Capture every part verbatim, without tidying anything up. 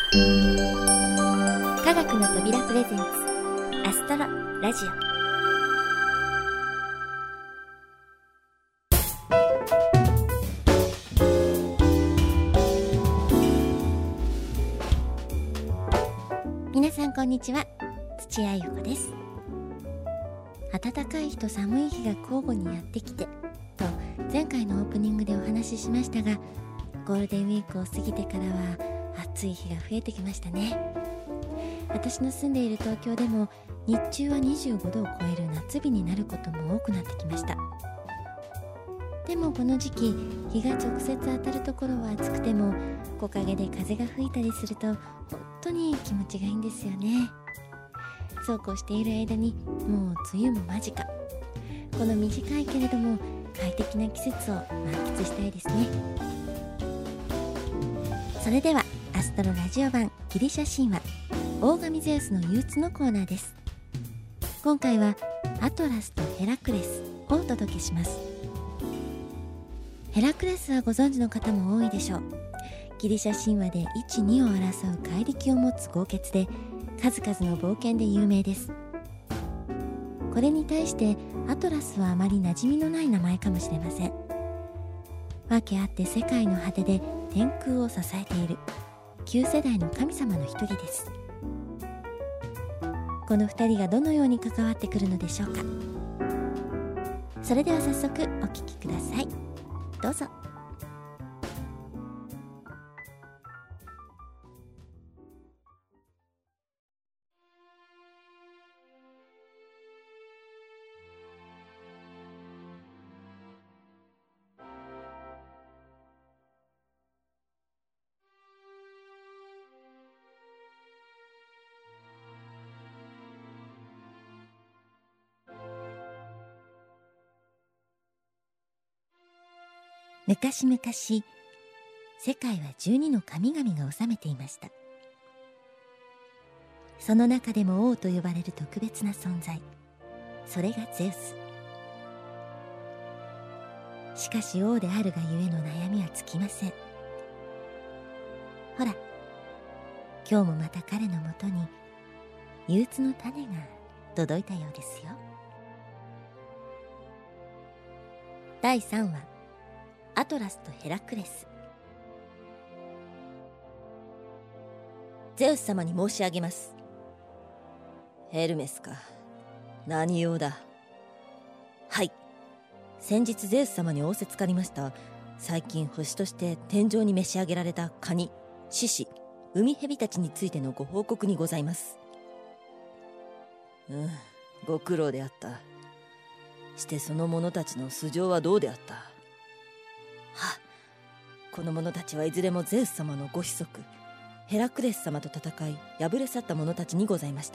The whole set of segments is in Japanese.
科学の扉プレゼンツアストロラジオ。皆さんこんにちは、土屋ゆ子です。暖かい日と寒い日が交互にやってきてと前回のオープニングでお話ししましたが、ゴールデンウィークを過ぎてからは暑い日が増えてきましたね。私の住んでいる東京でも日中はにじゅうごどを超える夏日になることも多くなってきました。でもこの時期、日が直接当たるところは暑くても木陰で風が吹いたりすると本当に気持ちがいいんですよね。そうこうしている間にもう梅雨も間近。この短いけれども快適な季節を満喫したいですね。それではアストロラジオ版ギリシャ神話大神ゼウスの憂鬱のコーナーです。今回はアトラスとヘラクレスをお届けします。ヘラクレスはご存知の方も多いでしょう。ギリシャ神話でいち、にを争う怪力を持つ豪傑で数々の冒険で有名です。これに対してアトラスはあまり馴染みのない名前かもしれません。訳あって世界の果てで天空を支えている旧世代の神様の一人です。この二人がどのように関わってくるのでしょうか。それでは早速お聞きください。どうぞ。昔々、世界はじゅうにの神々が治めていました。その中でも王と呼ばれる特別な存在、それがゼウス。しかし王であるがゆえの悩みは尽きません。ほら、今日もまた彼のもとに憂鬱の種が届いたようですよ。だいさんわ、アトラスとヘラクレス。 ゼウス様に申し上げます。ヘルメスか、何用だ。はい、先日ゼウス様に仰せつかりました最近星として天上に召し上げられたカニ、獅子、海蛇たちについてのご報告にございます。うん、ご苦労であった。してその者たちの素性はどうであった。はっ、この者たちはいずれもゼウス様のご子息ヘラクレス様と戦い敗れ去った者たちにございました。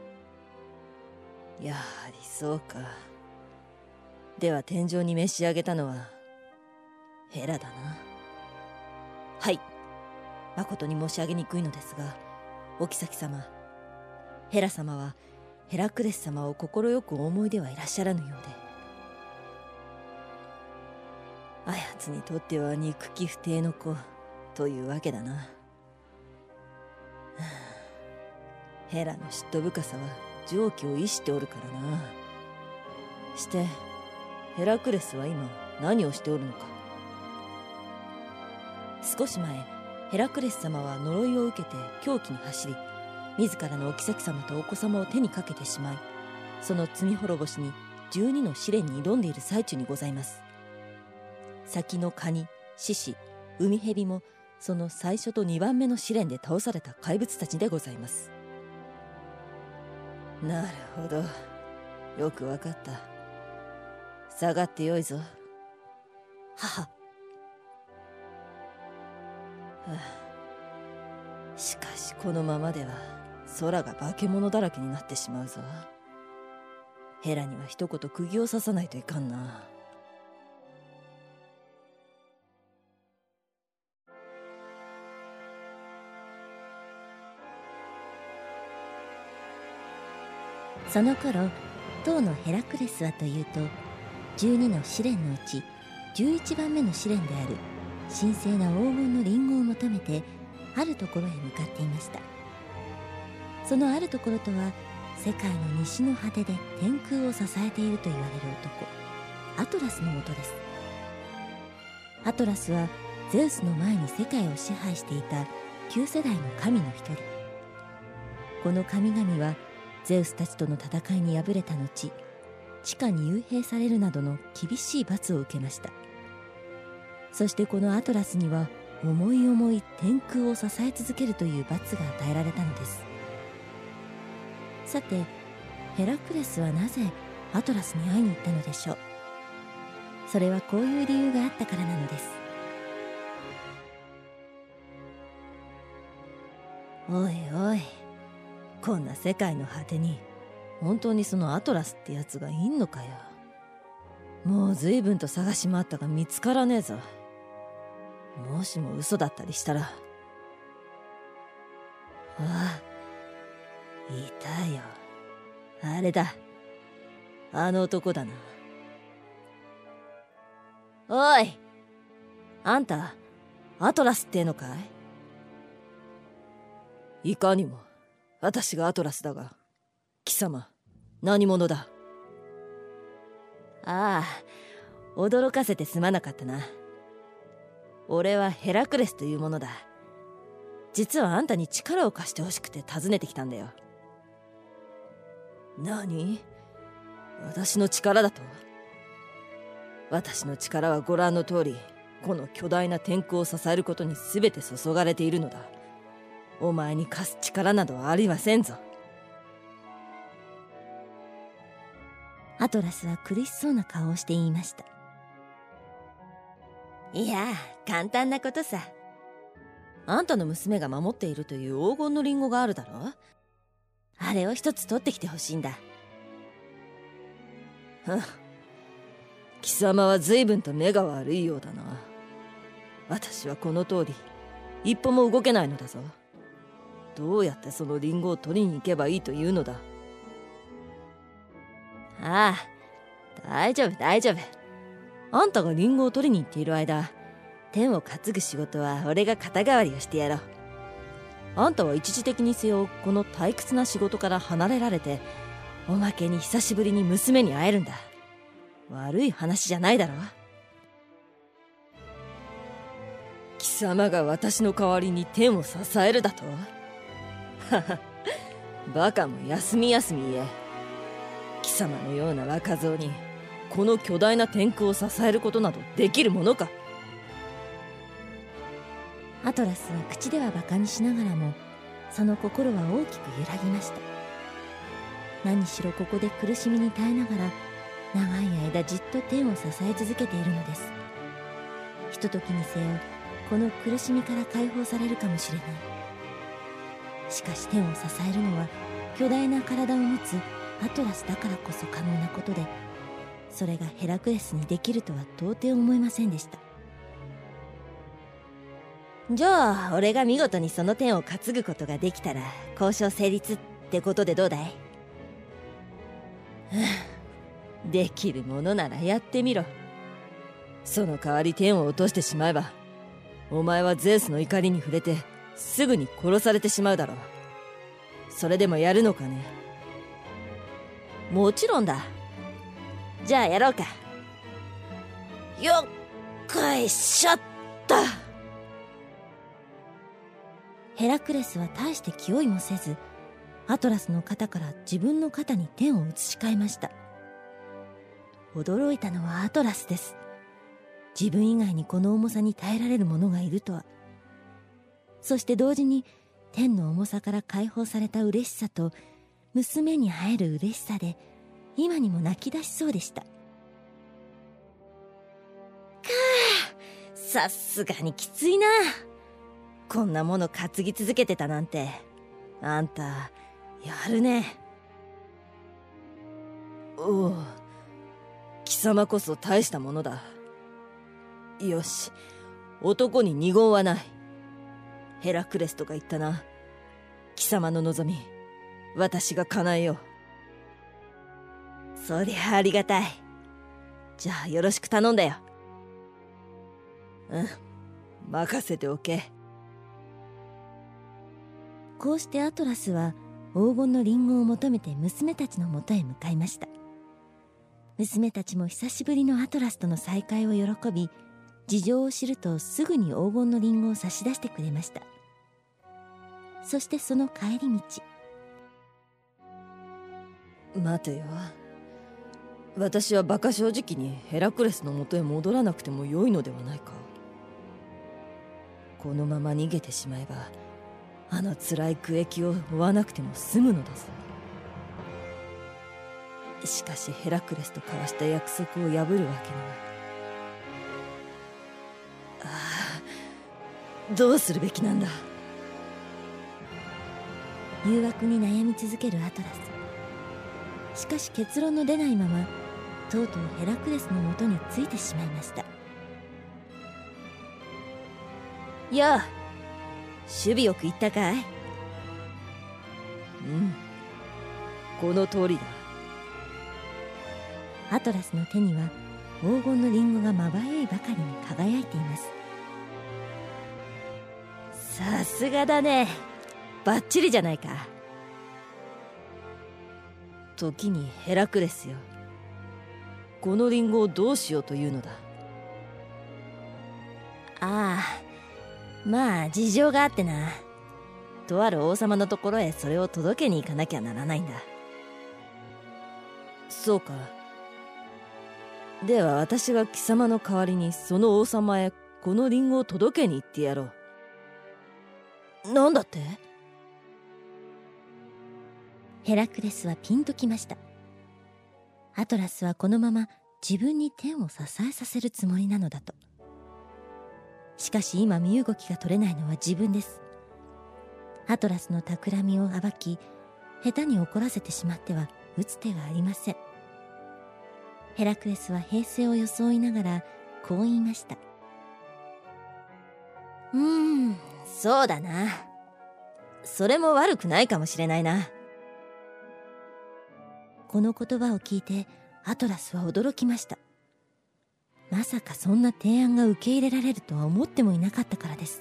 やはりそうか。では天上に召し上げたのはヘラだな。はい、誠に申し上げにくいのですが、お妃様、ヘラ様はヘラクレス様を快くお思いではいらっしゃらぬようで、あやつにとっては憎き不貞の子というわけだな。ヘラの嫉妬深さは常軌を逸しておるからな。してヘラクレスは今何をしておるのか。少し前、ヘラクレス様は呪いを受けて狂気に走り、自らのお妃様とお子様を手にかけてしまい、その罪滅ぼしにじゅうにの試練に挑んでいる最中にございます。先のカニ、獅子、海蛇もその最初とにばんめの試練で倒された怪物たちでございます。なるほど、よくわかった。下がってよいぞ。母。はあ、しかしこのままでは空が化け物だらけになってしまうぞ。ヘラには一言釘を刺さないといかんな。 その頃、当のヘラクレスはというと、じゅうにの試練のうちじゅういちばんめの試練である神聖な黄金のリンゴを求めてあるところへ向かっていました。そのあるところとは、世界の西の果てで天空を支えていると言われる男、アトラスのもとです。アトラスはゼウスの前に世界を支配していた旧世代の神の一人。この神々はゼウスたちとの戦いに敗れた後、地下に幽閉されるなどの厳しい罰を受けました。そしてこのアトラスには重い重い天空を支え続けるという罰が与えられたのです。さて、ヘラクレスはなぜアトラスに会いに行ったのでしょう。それはこういう理由があったからなのです。 おいおい、こんな世界の果てに本当にそのアトラスってやつがいんのかよ。もう随分と探し回ったが見つからねえぞ。もしも嘘だったりしたら。ああ、いたよ。あれだ、あの男だな。おい、あんたアトラスってのかい？いかにも私がアトラスだが、貴様何者だ？ああ、驚かせてすまなかったな。俺はヘラクレスというものだ。実はあんたに力を貸してほしくて訪ねてきたんだよ。何？私の力だと？私の力はご覧の通り、この巨大な天空を支えることに全て注がれているのだ。お前に貸す力などありませんぞ。 アトラスは苦しそうな顔をして言いました。 いや、簡単なことさ。あんたの娘が守っているという黄金のリンゴがあるだろ。あれを一つ取ってきてほしいんだ。はっ、貴様は随分と目が悪いようだな。私はこの通り一歩も動けないのだぞ。どうやってそのリンゴを取りに行けばいいというのだ。ああ、大丈夫大丈夫。あんたがリンゴを取りに行っている間、天を担ぐ仕事は俺が肩代わりをしてやろう。あんたは一時的にせよこの退屈な仕事から離れられて、おまけに久しぶりに娘に会えるんだ。悪い話じゃないだろ。貴様が私の代わりに天を支えるだと？はは、バカも休み休み言え。貴様のような若造にこの巨大な天空を支えることなどできるものか。 アトラスは口ではバカにしながらも、その心は大きく揺らぎました。何しろここで苦しみに耐えながら、長い間じっと天を支え続けているのです。ひとときにせよこの苦しみから解放されるかもしれない。しかし天を支えるのは巨大な体を持つアトラスだからこそ可能なことで、それがヘラクレスにできるとは到底思えませんでした。 じゃあ俺が見事にその天を担ぐことができたら交渉成立ってことでどうだい？できるものならやってみろ。その代わり天を落としてしまえば、お前はゼウスの怒りに触れてすぐに殺されてしまうだろう。それでもやるのかね？もちろんだ。じゃあやろうか。よっこいしょっと。 ヘラクレスは大して気負いもせず、アトラスの肩から自分の肩に天を移し替えました。驚いたのはアトラスです。自分以外にこの重さに耐えられる者がいるとは。そして同時に天の重さから解放された嬉しさと、娘に会える嬉しさで今にも泣き出しそうでした。かあ、さすがにきついな。こんなもの担ぎ続けてたなんて、あんたやるね。おう、貴様こそ大したものだ。よし、男に二言はない。ヘラクレスとか言ったな。貴様の望み、私が叶えよう。そりゃありがたい。じゃあよろしく頼んだよ。うん、任せておけ。 こうしてアトラスは黄金のリンゴを求めて娘たちのもとへ向かいました。娘たちも久しぶりのアトラスとの再会を喜び、事情を知るとすぐに黄金のリンゴを差し出してくれました。そしてその帰り道、 待てよ、私は馬鹿正直にヘラクレスのもとへ戻らなくてもよいのではないか。このまま逃げてしまえばあの辛い苦役を負わなくても済むのだぞ。しかしヘラクレスと交わした約束を破るわけには。ああ、どうするべきなんだ。 誘惑に悩み続けるアトラス。しかし結論の出ないまま、とうとうヘラクレスのもとについてしまいました。 やあ、守備よく言ったかい？うん、この通りだ。 アトラスの手には黄金のリンゴがまばゆいばかりに輝いています。 さすがだね、バッチリじゃないか。時にヘラクレスよ、このリンゴをどうしようというのだ。 ああ、まあ事情があってな。 とある王様のところへそれを届けに行かなきゃならないんだ。そうか。では私が貴様の代わりにその王様へこのリンゴを届けに行ってやろう。なんだって？ ヘラクレスはピンときました。アトラスはこのまま自分に天を支えさせるつもりなのだと。しかし今身動きが取れないのは自分です。アトラスの企みを暴き、下手に怒らせてしまっては打つ手がありません。ヘラクレスは平静を装いながらこう言いました。 うーん、そうだな。それも悪くないかもしれないな。 この言葉を聞いてアトラスは驚きました。まさかそんな提案が受け入れられるとは思ってもいなかったからです。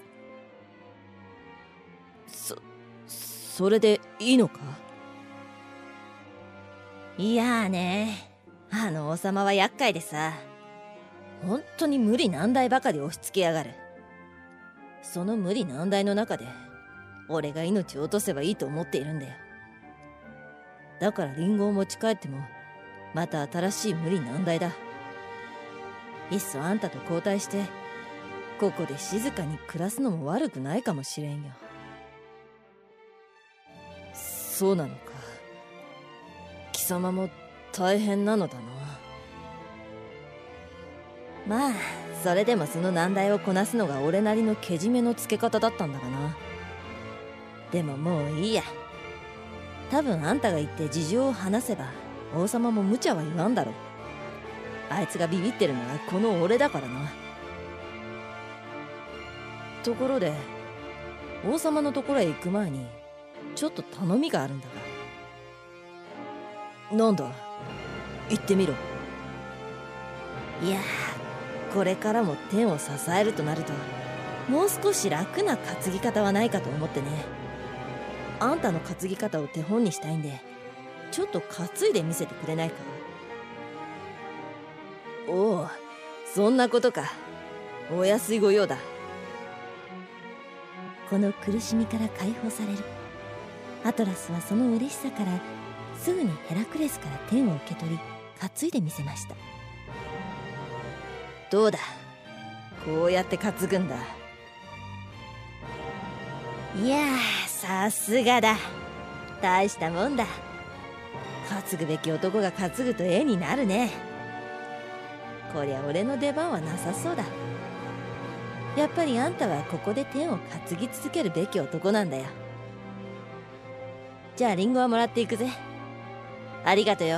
そ、それでいいのか？ いやーね、 あの王様は厄介でさ、本当に無理難題ばかり押し付けやがる。その無理難題の中で俺が命を落とせばいいと思っているんだよ。だからリンゴを持ち帰ってもまた新しい無理難題だ。いっそあんたと交代してここで静かに暮らすのも悪くないかもしれんよ。そうなのか。貴様も大変なのだな。 まあそれでもその難題をこなすのが俺なりのけじめのつけ方だったんだがな。でももういいや。多分あんたが言って事情を話せば王様も無茶は言わんだろう。あいつがビビってるのはこの俺だからな。ところで王様のところへ行く前にちょっと頼みがあるんだが。なんだ、言ってみろ。いやー、これからも天を支えるとなるともう少し楽な担ぎ方はないかと思ってね。あんたの担ぎ方を手本にしたいんでちょっと担いでみせてくれないか。おお、そんなことか。お安いご用だ。 この苦しみから解放される。アトラスはその嬉しさからすぐにヘラクレスから天を受け取り担いでみせました。 どうだ、こうやって担ぐんだ。いやー、さすがだ。大したもんだ。担ぐべき男が担ぐと絵になるね。こりゃ俺の出番はなさそうだ。やっぱりあんたはここで天を担ぎ続けるべき男なんだよ。じゃあリンゴはもらっていくぜ。ありがとよ。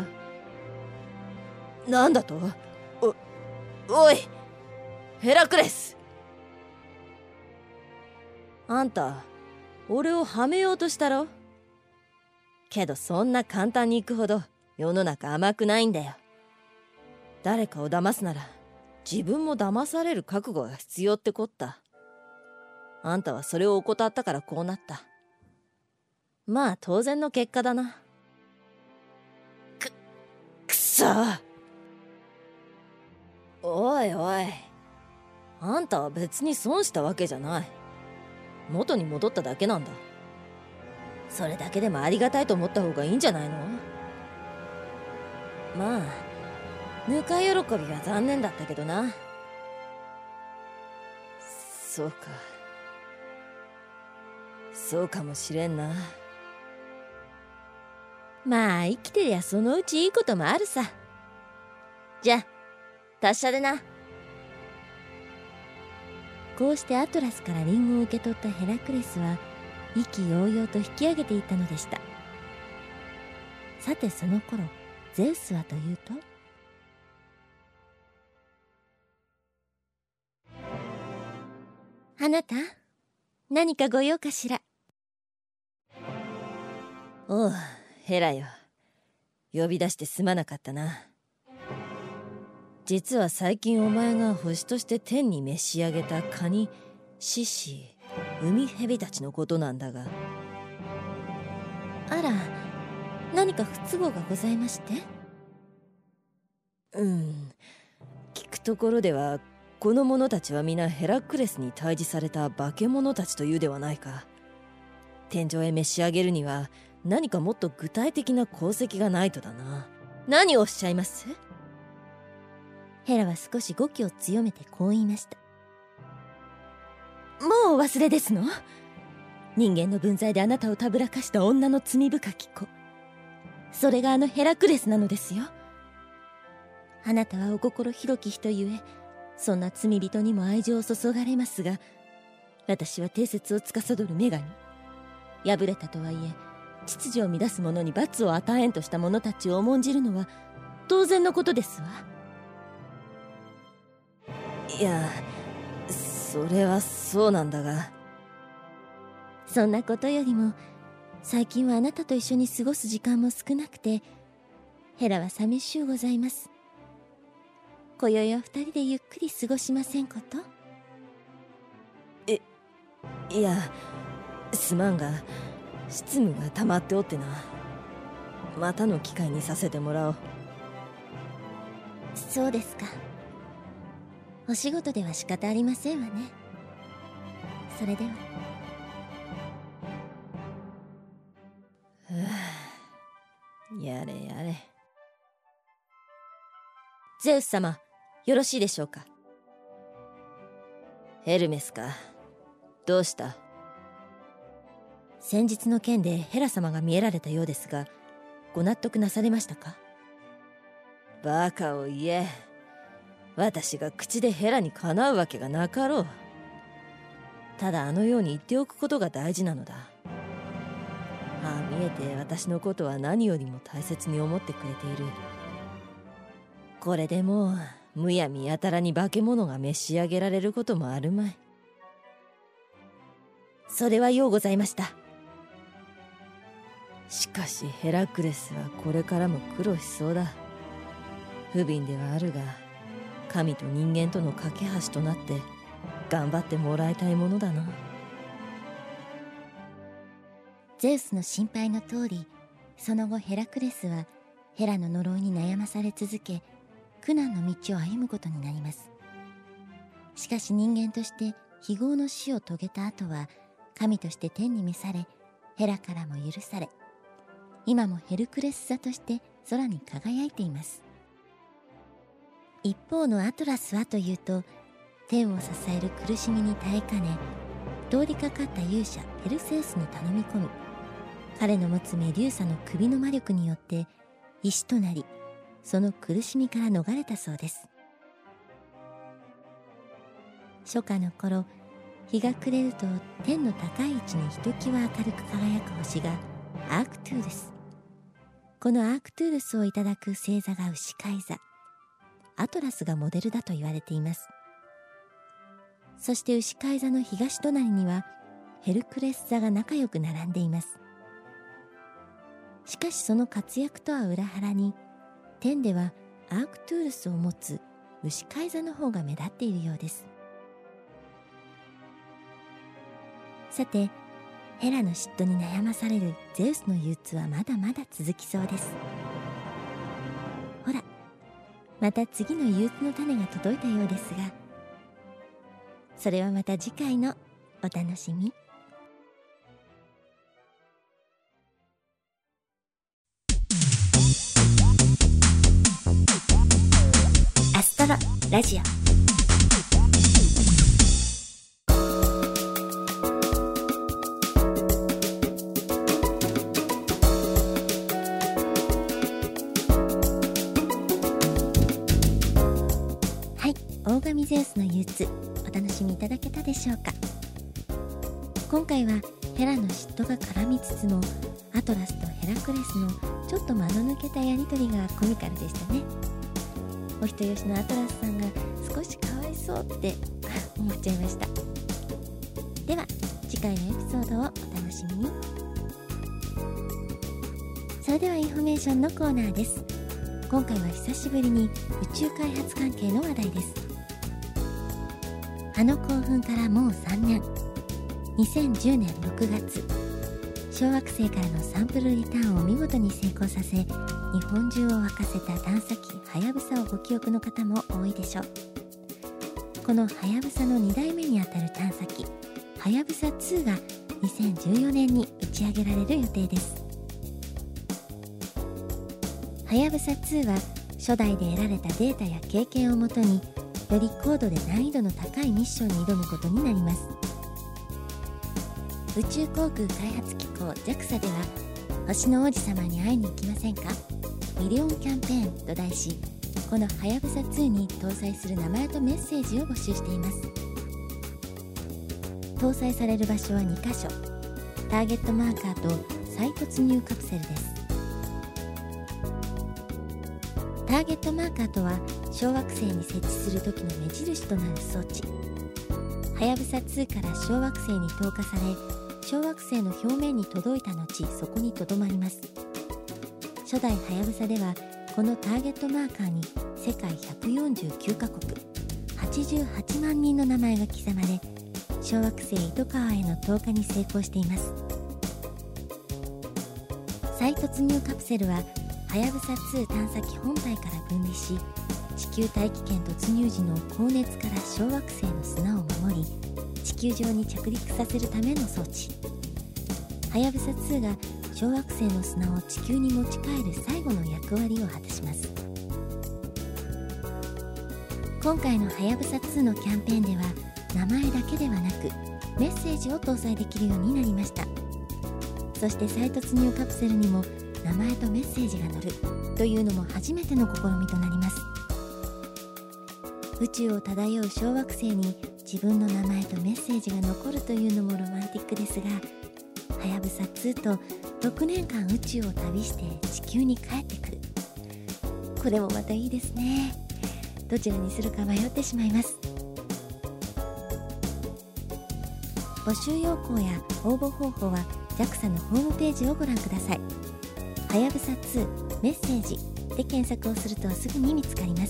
なんだと？お、おいヘラクレス、あんた俺をはめようとしたろ。けどそんな簡単にいくほど世の中甘くないんだよ。誰かを騙すなら自分も騙される覚悟が必要ってこった。あんたはそれを怠ったからこうなった。 まあ当然の結果だな。く、くそー。おいおい、あんたは別に損したわけじゃない。元に戻っただけなんだ。それだけでもありがたいと思った方がいいんじゃないの？まあぬか喜びは残念だったけどな。そうか、そうかもしれんな。まあ生きてりゃそのうちいいこともあるさ。じゃあ達者でな。こうしてアトラスからリンゴを受け取ったヘラクレスは意気揚々と引き上げていったのでした。さてその頃ゼウスはというと、あなた何かご用かしら。おうヘラよ、呼び出してすまなかったな。実は最近お前が星として天に召し上げたカニ、獅子、海蛇たちのことなんだが。あら、何か不都合がございまして？うん、聞くところではこの者たちは皆ヘラクレスに退治された化け物たちというではないか。天上へ召し上げるには何かもっと具体的な功績がないとだな。何をおっしゃいます？ヘラは少し語気を強めてこう言いました。もうお忘れですの？人間の分際であなたをたぶらかした女の罪深き子、それがあのヘラクレスなのですよ。あなたはお心広き人ゆえそんな罪人にも愛情を注がれますが、私は定説を司る女神。破れたとはいえ秩序を乱す者に罰を与えんとした者たちを重んじるのは当然のことですわ。いや、それはそうなんだが。そんなことよりも最近はあなたと一緒に過ごす時間も少なくてヘラは寂しゅうございます。今宵は二人でゆっくり過ごしませんこと？え、いや、すまんが執務が溜まっておってな。またの機会にさせてもらおう。そうですか。お仕事では仕方ありませんわね。それでは。はあ、やれやれ。ゼウス様、よろしいでしょうか。ヘルメスか、どうした？先日の件でヘラ様が見えられたようですが、ご納得なされましたか？バカを言え。私が口でヘラにかなうわけがなかろう。ただあのように言っておくことが大事なのだ。ああ見えて私のことは何よりも大切に思ってくれている。これでもうむやみやたらに化け物が召し上げられることもあるまい。それはようございました。しかしヘラクレスはこれからも苦労しそうだ。不憫ではあるが神と人間との架け橋となって頑張ってもらいたいものだな。ゼウスの心配の通り、その後ヘラクレスはヘラの呪いに悩まされ続け、苦難の道を歩むことになります。しかし人間として非業の死を遂げた後は神として天に召され、ヘラからも許され、今もヘルクレス座として空に輝いています。一方のアトラスはというと、天を支える苦しみに耐えかね、通りかかった勇者ペルセウスに頼み込み、彼の持つメデューサの首の魔力によって石となり、その苦しみから逃れたそうです。初夏の頃、日が暮れると天の高い位置にひときわ明るく輝く星がアークトゥールス。このアークトゥールスをいただく星座が牛飼い座、アトラスがモデルだと言われています。そして牛飼い座の東隣にはヘルクレス座が仲良く並んでいます。しかしその活躍とは裏腹に、天ではアークトゥールスを持つ牛飼い座の方が目立っているようです。さて、 ヘラの嫉妬に悩まされるゼウスの憂鬱はまだまだ続きそうです。ほら、また次の憂鬱の種が届いたようですが、それはまた次回のお楽しみ。アストロラジオ。大神ゼウスの憂鬱、お楽しみいただけたでしょうか。今回はヘラの嫉妬が絡みつつも、アトラスとヘラクレスのちょっと間の抜けたやりとりがコミカルでしたね。お人よしのアトラスさんが少しかわいそうって思っちゃいました。では次回のエピソードをお楽しみに。それではインフォメーションのコーナーです。今回は久しぶりに宇宙開発関係の話題です。あの興奮からもうさんねん。にせんじゅうねんろくがつ、小惑星からのサンプルリターンを見事に成功させ、日本中を沸かせた探査機はやぶさをご記憶の方も多いでしょう。このはやぶさのにだいめにあたる探査機はやぶさにがにせんじゅうよねんに打ち上げられる予定です。はやぶさには初代で得られたデータや経験をもとに、より高度で難易度の高いミッションに挑むことになります。宇宙航空開発機構 ジャクサ では、星の王子様に会いに行きませんかミリオンキャンペーンと題し、このはやぶさにに搭載する名前とメッセージを募集しています。搭載される場所はにかしょ、ターゲットマーカーと再突入カプセルです。ターゲットマーカーとは、小惑星に設置する時の目印となる装置。はやぶさにから小惑星に投下され、小惑星の表面に届いた後、そこにとどまります。初代はやぶさでは、このターゲットマーカーに世界ひゃくよんじゅうきゅうかこく、はちじゅうはちまんにんの名前が刻まれ、小惑星糸川への投下に成功しています。再突入カプセルは、はやぶさに探査機本体から分離し、地球大気圏突入時の高熱から小惑星の砂を守り、地球上に着陸させるための装置。はやぶさにが小惑星の砂を地球に持ち帰る最後の役割を果たします。今回のはやぶさにのキャンペーンでは、名前だけではなくメッセージを搭載できるようになりました。そして再突入カプセルにも名前とメッセージが載るというのも初めての試みとなります。宇宙を漂う小惑星に自分の名前とメッセージが残るというのもロマンティックですが、はやぶさにとろくねんかん宇宙を旅して地球に帰ってくる。これもまたいいですね。どちらにするか迷ってしまいます。募集要項や応募方法は ジャクサ のホームページをご覧ください。はやぶさにメッセージで検索をするとすぐに見つかります。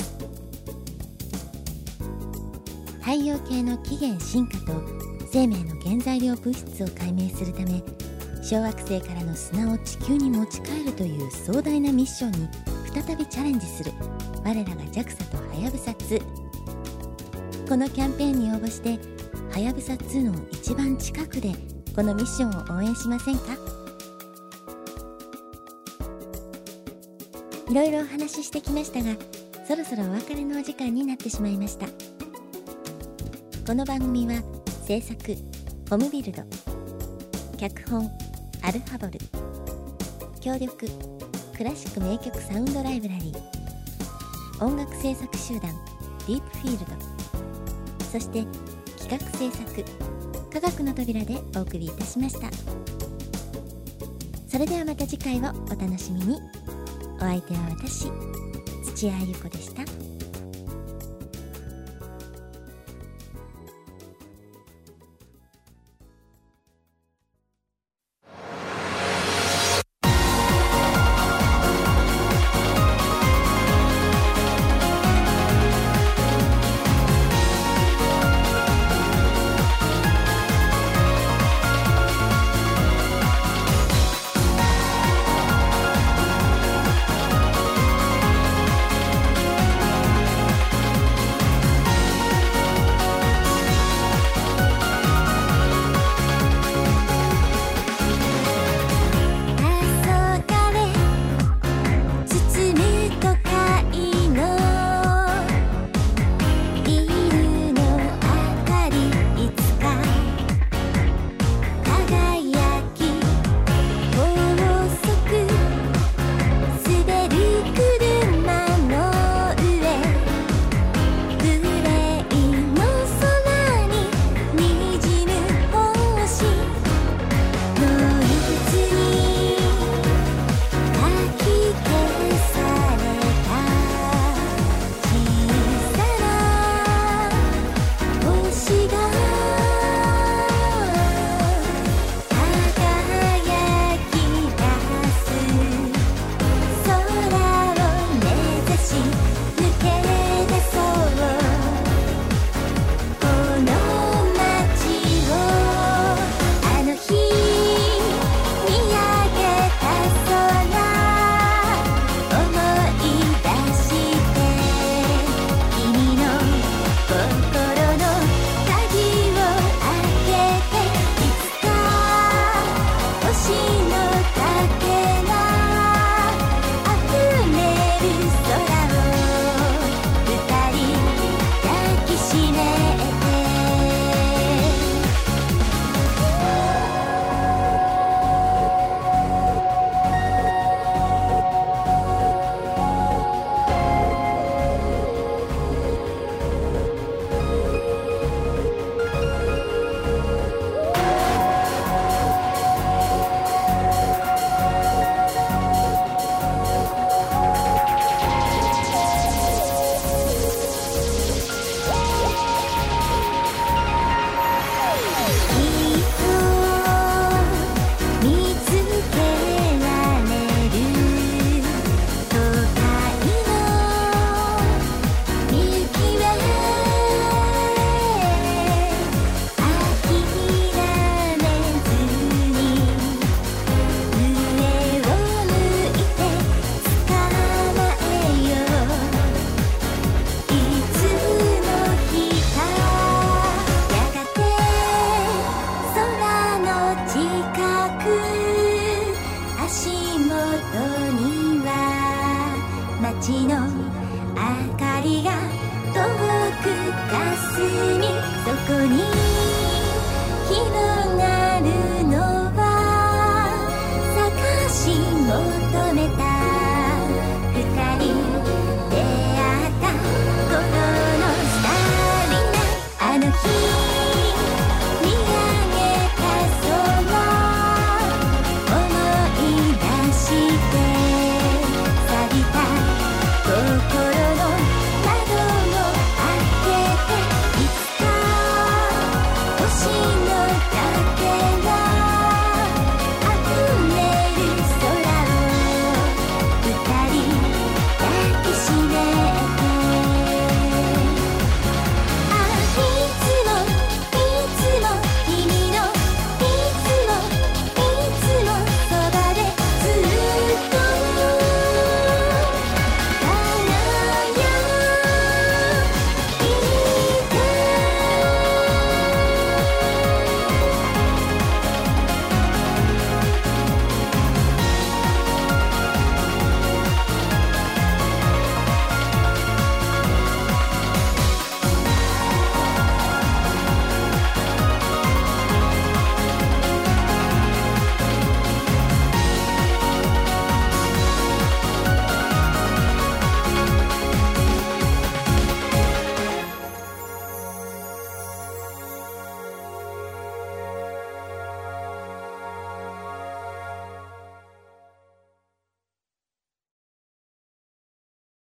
太陽系の起源進化と生命の原材料物質を解明するため、小惑星からの砂を地球に持ち帰るという壮大なミッションに再びチャレンジする我らが ジャクサ とはやぶさに。このキャンペーンに応募して、はやぶさにの一番近くでこのミッションを応援しませんか。いろいろお話ししてきましたが、そろそろお別れのお時間になってしまいました。この番組は制作ホムビルド、脚本アルファボル、協力クラシック名曲サウンドライブラリー、音楽制作集団ディープフィールド、そして企画制作科学の扉でお送りいたしました。それではまた次回をお楽しみに。お相手は私、土屋ゆ子でした。 足元には街の明かりが遠く霞み、そこに広がる